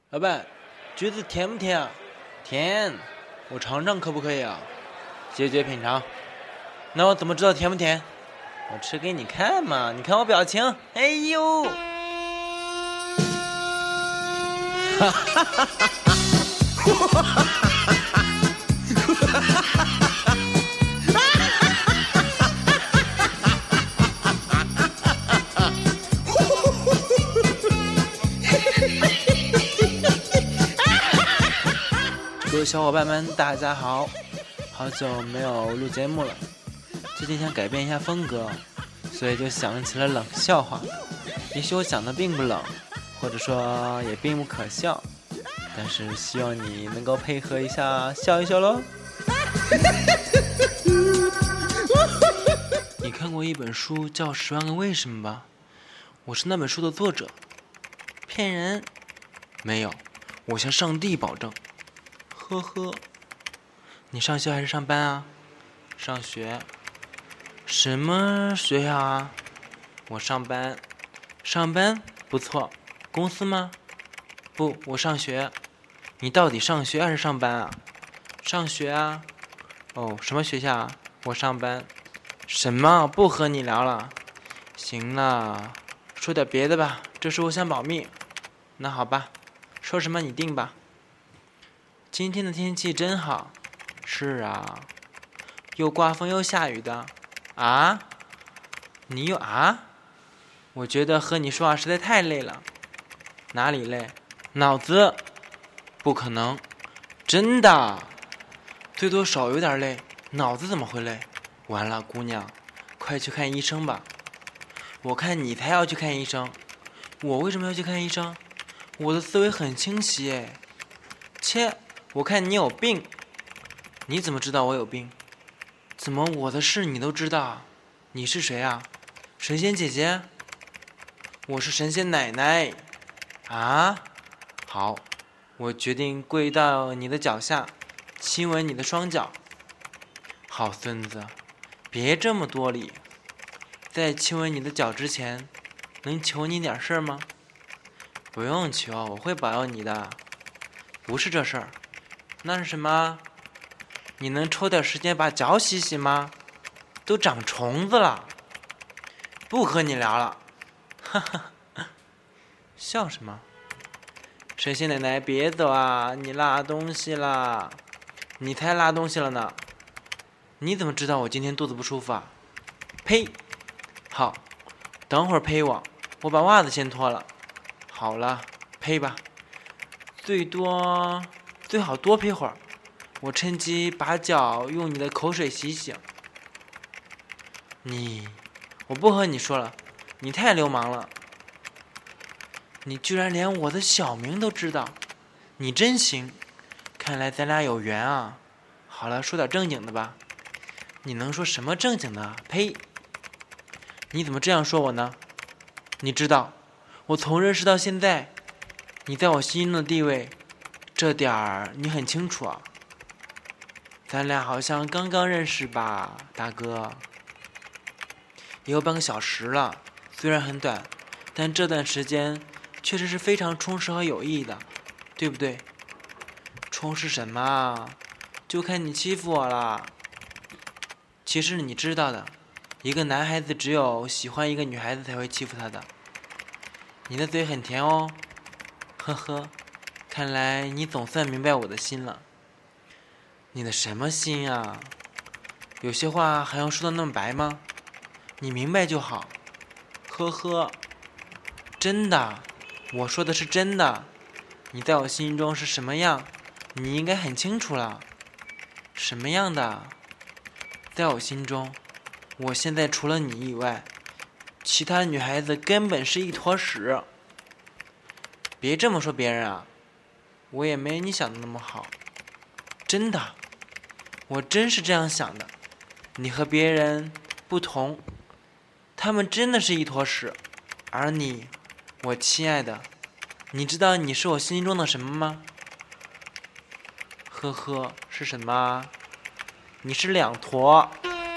老板，橘子甜不甜啊？甜，我尝尝可不可以啊？谢谢品尝。那我怎么知道甜不甜？我吃给你看嘛，你看我表情，哎呦！哈哈哈哈各位小伙伴们，大家好！好久没有录节目了，最近想改变一下风格，所以就想起了冷笑话。也许我讲的并不冷，或者说也并不可笑，但是希望你能够配合一下，笑一笑咯。你看过一本书叫《10万个为什么》吧？我是那本书的作者。骗人？没有，我向上帝保证。呵呵。你上学还是上班啊？上学。什么学校啊？我上班。上班？不错。公司吗？不，我上学。你到底上学还是上班啊？上学啊。哦，什么学校啊？我上班。什么？不和你聊了。行了，说点别的吧，这事我想保密。那好吧，说什么你定吧。今天的天气真好。是啊，又刮风又下雨的。啊？你又啊？我觉得和你说话实在太累了。哪里累？脑子。不可能。真的。最多手有点累，脑子怎么会累？完了，姑娘，快去看医生吧。我看你才要去看医生。我为什么要去看医生？我的思维很清晰哎。切，我看你有病。你怎么知道我有病？怎么我的事你都知道？你是谁啊？神仙姐姐？我是神仙奶奶。啊？好，我决定跪到你的脚下，亲吻你的双脚。好孙子，别这么多礼。在亲吻你的脚之前，能求你点事儿吗？不用求，我会保佑你的。不是这事儿。那是什么？你能抽点时间把脚洗洗吗？都长虫子了。不和你聊了。哈哈，笑什么？神仙奶奶别走啊，你拉东西啦。你才拉东西了呢。你怎么知道我今天肚子不舒服啊？呸！好，等会儿呸我把袜子先脱了。好了，呸吧。最好多呸会儿。我趁机把脚用你的口水洗洗。我不和你说了，你太流氓了。你居然连我的小名都知道，你真行。看来咱俩有缘啊。好了，说点正经的吧。你能说什么正经的？呸！你怎么这样说我呢？你知道，我从认识到现在，你在我心中的地位，这点儿你很清楚啊。咱俩好像刚刚认识吧，大哥。也有半个小时了，虽然很短，但这段时间确实是非常充实和有意义的，对不对？充实什么啊？就看你欺负我了。其实你知道的，一个男孩子只有喜欢一个女孩子才会欺负她的。你的嘴很甜哦，呵呵，看来你总算明白我的心了。你的什么心啊？有些话还要说的那么白吗？你明白就好。呵呵，真的，我说的是真的。你在我心中是什么样，你应该很清楚了。什么样的？在我心中，我现在除了你以外，其他女孩子根本是一坨屎。别这么说别人啊，我也没你想的那么好。真的，我真是这样想的。你和别人不同，他们真的是一坨屎。而你，我亲爱的，你知道你是我心中的什么吗？呵呵，是什么？你是2坨。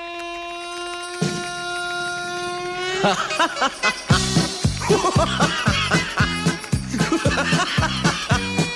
哈哈哈哈哈！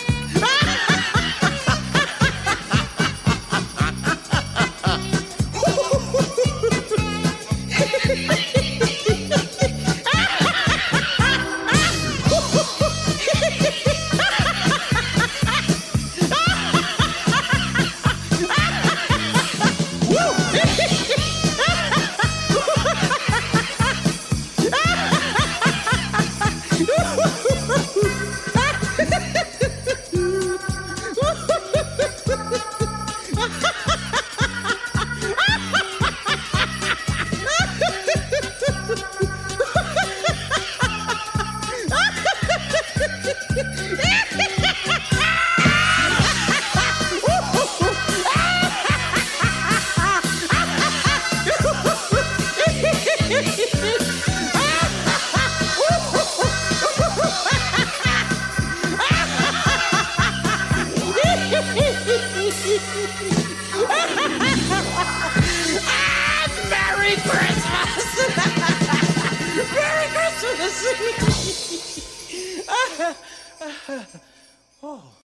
Merry Christmas! Merry Christmas! Oh.